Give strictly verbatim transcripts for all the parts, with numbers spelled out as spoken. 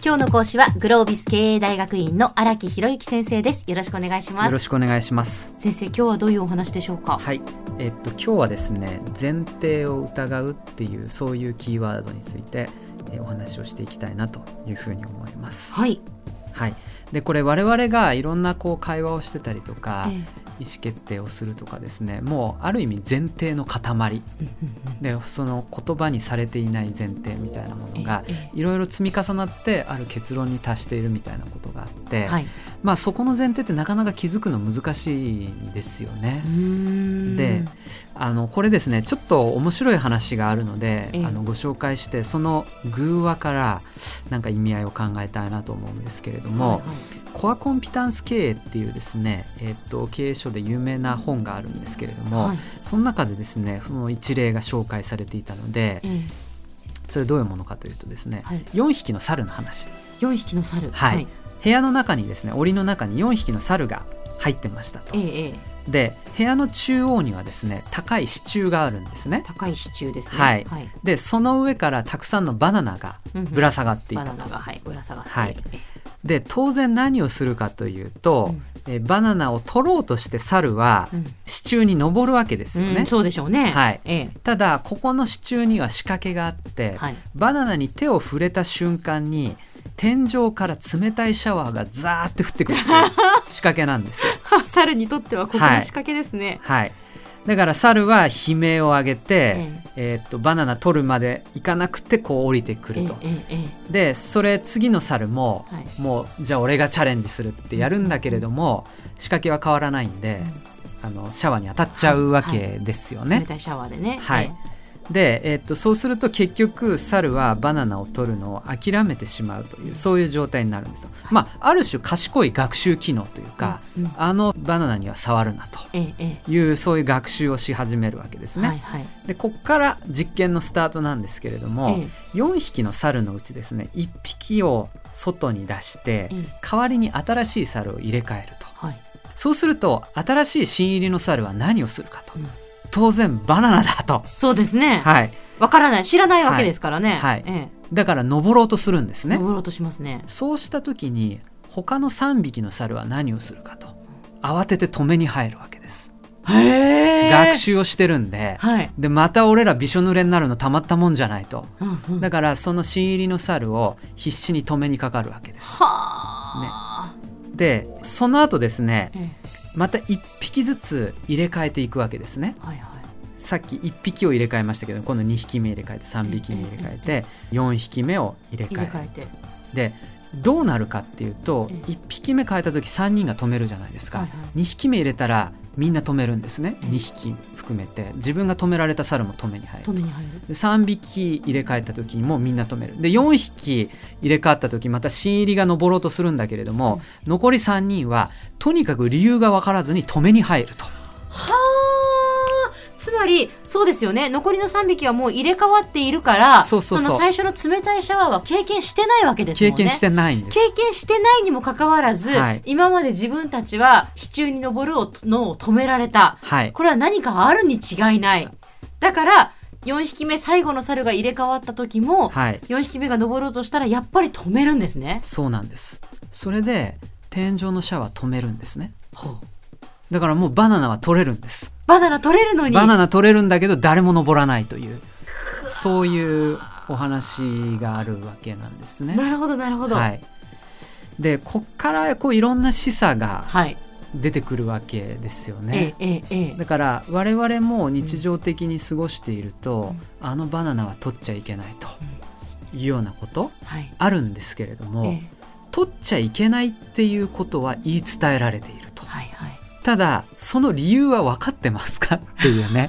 今日の講師はグロービス経営大学院の荒木博之先生です。よろしくお願いします。 よろしくお願いします。 先生、今日はどういうお話でしょうか？ はい、えっと、今日はですね、前提を疑うっていうそういうキーワードについて、えー、お話をしていきたいなというふうに思います。 はい、はい、 でこれ我々がいろんなこう会話をしてたりとか、ええ意思決定をするとかですね、もうある意味前提の塊で、その言葉にされていない前提みたいなものがいろいろ積み重なってある結論に達しているみたいなことがあって、はい、まあ、そこの前提ってなかなか気づくの難しいんですよね。 うーんであのこれですね、ちょっと面白い話があるので、ええ、あのご紹介して、その偶話からなんか意味合いを考えたいなと思うんですけれども、はいはい、コアコンピタンス経営っていうですね、えー、と経営書で有名な本があるんですけれども、はい、その中でですね、その一例が紹介されていたので、ええ、それどういうものかというとですね、はい、よんひきの猿の話。 よんひきの猿、 はい、はい、部屋の中にですね、檻の中によんひきの猿が入ってましたと、 ええ、 で部屋の中央にはですね、高い支柱があるんですね。 高い支柱ですね、 はいはい、 でその上からたくさんのバナナがぶら下がっていたと、 バナナが、はい、ぶら下がっている、 はい、で当然何をするかというと、うん、えバナナを取ろうとして猿は支柱に登るわけですよね、 うん、そうでしょうね、 はい、 ええ、 ただここの支柱には仕掛けがあって、はい、バナナに手を触れた瞬間に天井から冷たいシャワーがザーって降ってくるという仕掛けなんですよ猿にとってはここの仕掛けですね、 はいはい、だから猿は悲鳴を上げて、えええー、っとバナナ取るまでいかなくてこう降りてくると、えええ、でそれ次の猿も、はい、もうじゃあ俺がチャレンジするってやるんだけれども、うん、仕掛けは変わらないんで、うん、あのシャワーに当たっちゃうわけですよね、はいはい、 冷たいシャワーでね、 はい、でえー、っとそうすると結局猿はバナナを取るのを諦めてしまうという、そういう状態になるんですよ、はい、まあ、ある種賢い学習機能というか、うんうん、あのバナナには触るなという、ええ、そういう学習をし始めるわけですね、はいはい、でここから実験のスタートなんですけれども、ええ、よんひきの猿のうちですね、いっぴきを外に出して、ええ、代わりに新しい猿を入れ替えると、はい、そうすると新しい新入りの猿は何をするかと、うん、当然バナナだと。 そうですね、 はい、 わからない、知らないわけですからね、はいはい、ええ、 だから登ろうとするんですね。 登ろうとしますね。 そうした時に他のさんびきの猿は何をするかと、慌てて止めに入るわけです。 へー、 学習をしてるんで、 はい、 でまた俺らびしょ濡れになるのたまったもんじゃないと、 うんうん、 だからその新入りの猿を必死に止めにかかるわけです。 はー、 ね、でその後ですね、 ええ、 またいっぴきずつ入れ替えていくわけですね、はいはい、さっきいっぴきを入れ替えましたけど、今度にひきめ入れ替えてさんびきめ入れ替えてよんひきめを入れ替えて、入れ替えて、でどうなるかっていうと、いっぴきめ変えた時さんにんが止めるじゃないですか、はいはい、にひきめ入れたらみんな止めるんですね、にひき含めて自分が止められた猿も止めに入る、 止めに入る、 でさんびき入れ替えた時にもみんな止める、でよんひき入れ替わった時また新入りが登ろうとするんだけれども、うん、残りさんにんはとにかく理由が分からずに止めに入ると。 はー、つまりそうですよね、残りのさんびきはもう入れ替わっているから、 そうそうそう、 その最初の冷たいシャワーは経験してないわけですもんね。 経験してないんです。 経験してないにもかかわらず、はい、今まで自分たちは支柱に登るのを止められた、はい、これは何かあるに違いない。だからよんひきめ最後の猿が入れ替わった時も、はい、よんひきめが登ろうとしたらやっぱり止めるんですね。 そうなんです。それで天井のシャワー止めるんですね。ほう、だからもうバナナは取れるんです。 バナナ取れるのに、 バナナ取れるんだけど誰も登らないという、そういうお話があるわけなんですね。 なるほどなるほど、 はい、でこっからこういろんな示唆が出てくるわけですよね、 はい、ええええ、 だから我々も日常的に過ごしていると、うん、あのバナナは取っちゃいけないというようなことあるんですけれども、はい、ええ、取っちゃいけないっていうことは言い伝えられていると、はいはい、ただその理由は分かってますかっていうね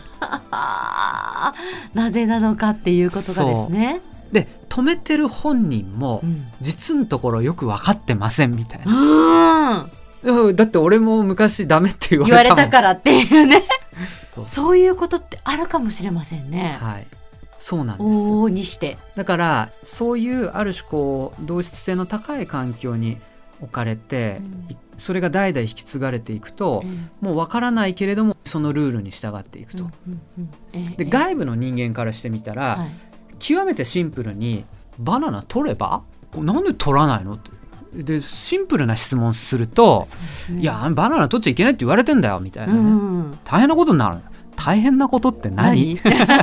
なぜなのかっていうことがですね。 で止めてる本人も実のところよく分かってませんみたいな、うん、だって俺も昔ダメって言われたもん、 言われたからっていうねそう、そういうことってあるかもしれませんね。 はい、そうなんです。 往々にしてだからそういうある種こう同質性の高い環境に置かれて、うん、それが代々引き継がれていくと、うん、もう分からないけれどもそのルールに従っていくと、うんうんうんえー、で外部の人間からしてみたら、はい、極めてシンプルにバナナ取ればなんで取らないのってでシンプルな質問すると、ね、いやバナナ取っちゃいけないって言われてんだよみたいなね、うん、大変なことになる。大変なことって何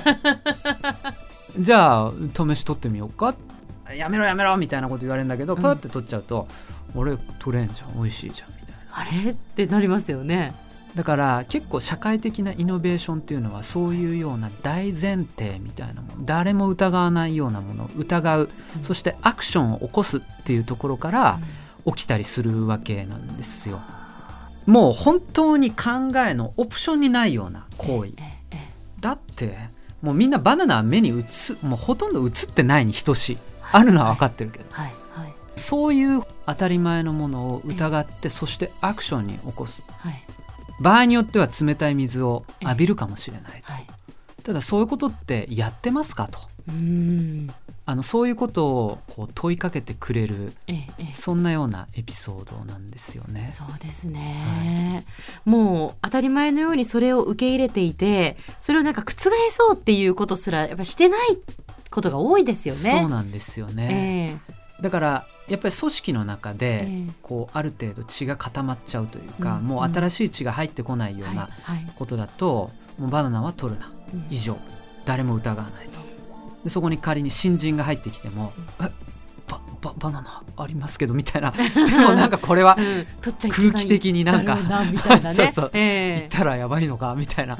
じゃあ試し取ってみようか、やめろやめろみたいなこと言われるんだけど、うん、パッて取っちゃうと俺取れんじゃん、美味しいじゃんみたいな、 あれってなりますよね。 だから結構社会的なイノベーションっていうのはそういうような大前提みたいなもの、誰も疑わないようなものを疑う、うん、そしてアクションを起こすっていうところから起きたりするわけなんですよ。もう本当に考えのオプションにないような行為だって、もうみんなバナナは目に映す、もうほとんど映ってないに等しい、あるのは分かってるけど、はいはいはい、そういう当たり前のものを疑って、そしてアクションに起こす、はい、場合によっては冷たい水を浴びるかもしれないと、はい、ただそういうことってやってますかと、うーん、あのそういうことをこう問いかけてくれる、ええ、そんなようなエピソードなんですよね。 そうですね、はい、もう当たり前のようにそれを受け入れていて、それをなんか覆そうっていうことすらやっぱしてないことが多いですよね。 そうなんですよね、えー、だからやっぱり組織の中でこうある程度血が固まっちゃうというか、うん、もう新しい血が入ってこないようなことだと、もうバナナは取るな、以上、誰も疑わないと。でそこに仮に新人が入ってきても、えバ, バ, バナナありますけどみたいなでもなんかこれは空気的になんかみたいな、ね、そうそう、えー、言ったらやばいのかみたいな、うん、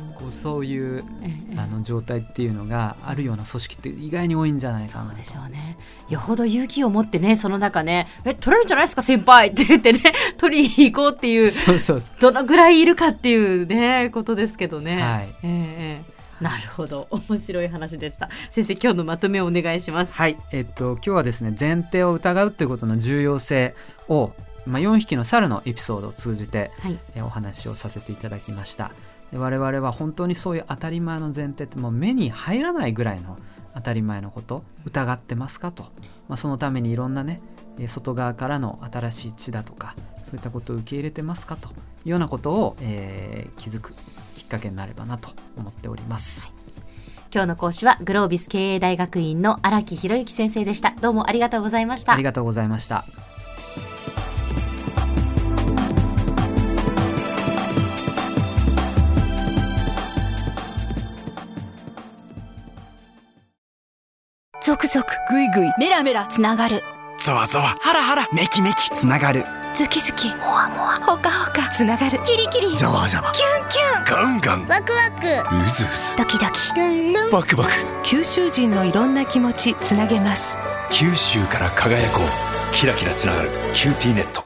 こうそういう、えー、あの状態っていうのがあるような組織って意外に多いんじゃないかなと。 そうでしょうね。よほど勇気を持ってね、その中ね、え取れるんじゃないですか先輩って言ってね、取りに行こうっていう、そうそうそう、どのぐらいいるかっていうねことですけどね、はい、えーなるほど、面白い話でした。先生、今日のまとめをお願いします。 はい、えっと、今日はですね、前提を疑うということの重要性を、まあ、よんひきの猿のエピソードを通じて、はい、えお話をさせていただきました。で我々は本当にそういう当たり前の前提ってもう目に入らないぐらいの当たり前のこと疑ってますかと、まあ、そのためにいろんなね外側からの新しい知だとかそういったことを受け入れてますかというようなことを、えー、気づくきっかけになればなと思っております、はい、 今日の講師はグロービス経営大学院の荒木博之先生でした。どうもありがとうございました。 ありがとうございました。 ゾクゾクグイグイメラメラつながる、 ゾワゾワハラハラメキメキつながる、 ズキズキモワモワホカホカつながる、キリキリザワザワキュンキュンガンガンワクワクウズウズドキドキルンルンバクバク、 九州人のいろんな気持ちつなげます。 九州から輝こう、キラキラつながるキューティーネット。